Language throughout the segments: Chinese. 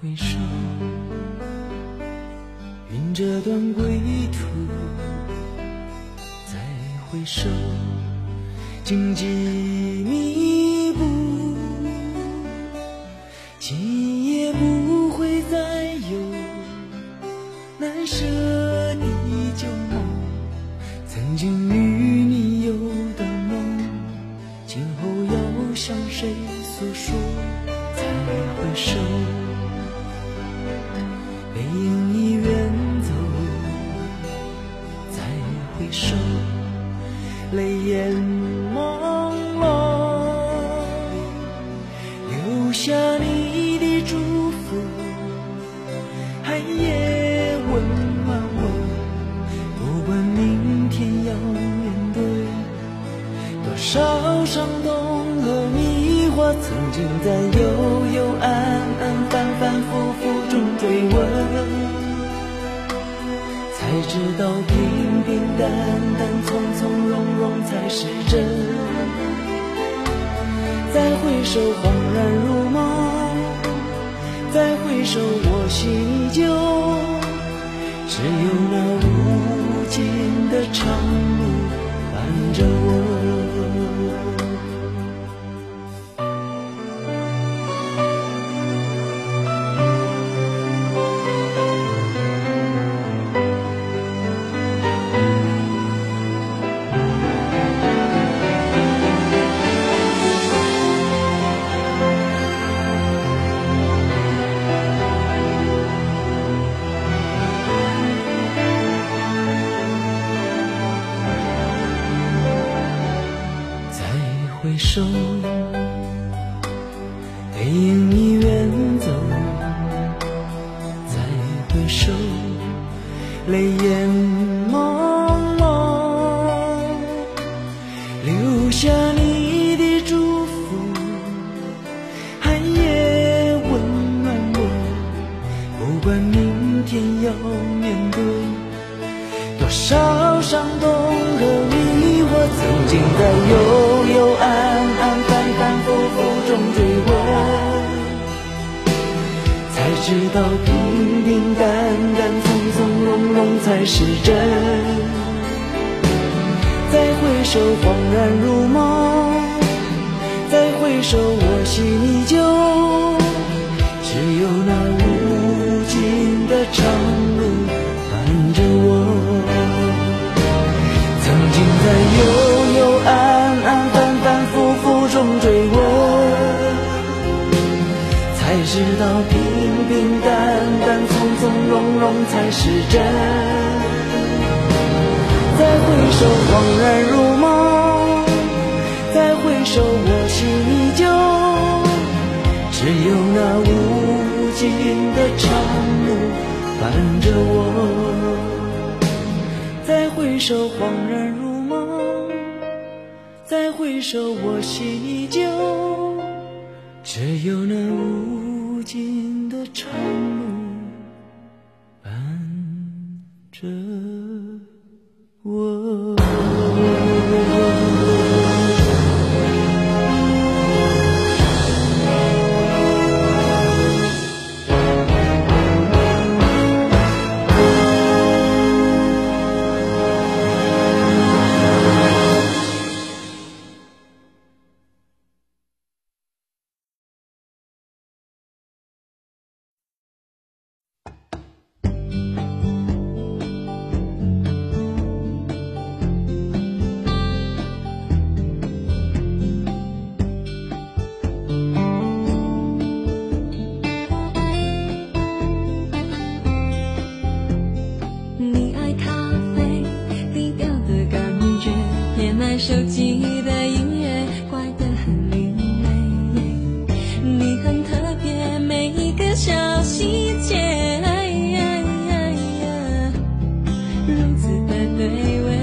回首，云这段归途，再回首，荆棘密布，今夜不会再有难舍的旧梦，曾经与你有的梦，今后要向谁诉说？再回首，背影已远走，再回首，泪眼朦胧，留下你的祝福，寒夜温暖我，不管明天要面对多少伤痛和迷惑，曾经在幽幽暗暗反反复复中追问，才知道平平淡淡从从容容才是真。再回首恍然如梦，再回首我心依旧，只有那无尽的长路伴着我。回首，背影已远走，再回首，泪眼朦胧，留下你的祝福，寒夜温暖我，不管明天要面对多少伤痛和迷惑，曾经在幽幽暗暗反反复复中追问，才知道平平淡淡从从容容才是真。再回首恍然如梦，再回首我心依旧，只有那无尽的长路伴着我。曾经在幽幽暗暗反反复复中追问，才知道平平淡淡从从容容才是真。再回首恍然如梦，再回首我心依旧，只有那无尽的长路伴着我。再回首恍然如梦，再回首我心依旧，只有那无尽的长路伴着我。 手机的音乐怪得很另类，你很特别，每一个小细节，如此的对味。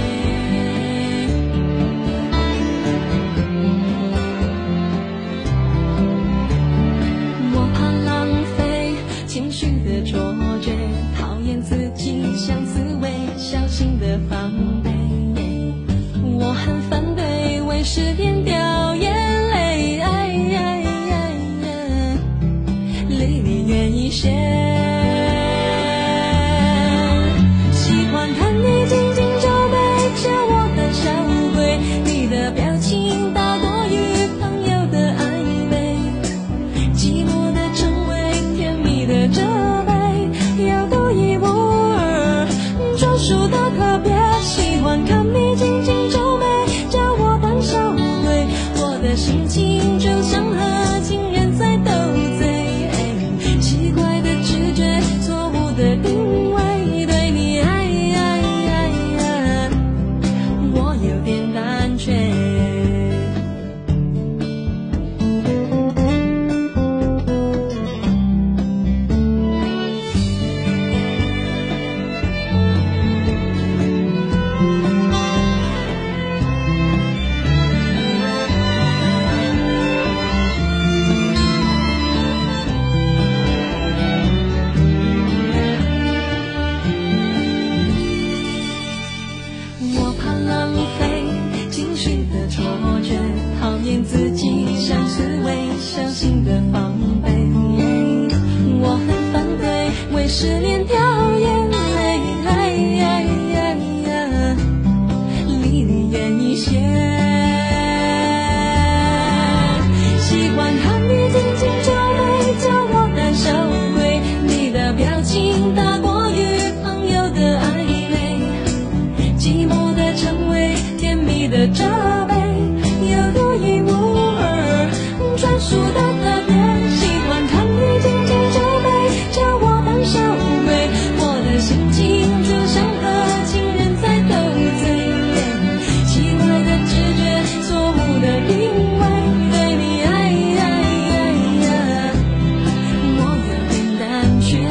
我怕浪费情绪的错觉，讨厌自己像刺猬，小心的防备。我很反对为失恋掉眼泪，泪里远一些。喜欢看你紧紧皱眉，叫我胆小鬼，你的表情大过于朋友的暧昧，寂寞的称谓，甜蜜的责备，有独一无二专属的特别。喜欢看你紧紧皱眉，叫我胆小鬼，我的心情就像和情人在斗嘴，奇怪的直觉，错误的定位，对你我有点胆怯。我怕浪费情绪的错觉，讨厌自己像刺猬，小心的防备。我很反对为失恋掉眼泪，离你远一些。喜欢看你紧紧皱眉，叫我胆小鬼，你的表情大过于朋友的暧昧，寂寞的称谓，甜蜜的责备，有独一无二专属的特别。喜欢看你紧紧皱眉，叫我胆小鬼，我的心情就像和情人在斗嘴，奇怪的直觉，错误的定位，对你我有点胆怯。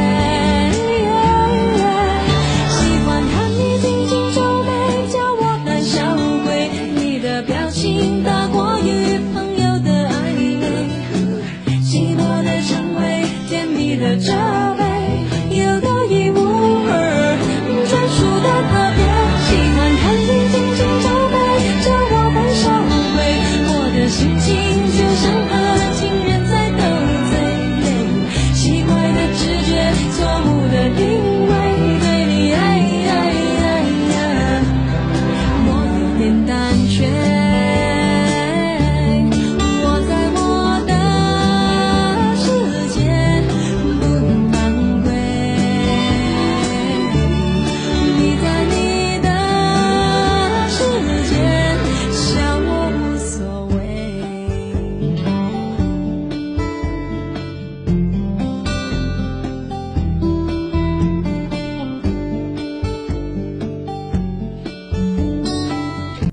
喜欢看你紧紧皱眉，叫我胆小鬼，你的表情大过于朋友的暧昧，寂寞的称谓，甜蜜的责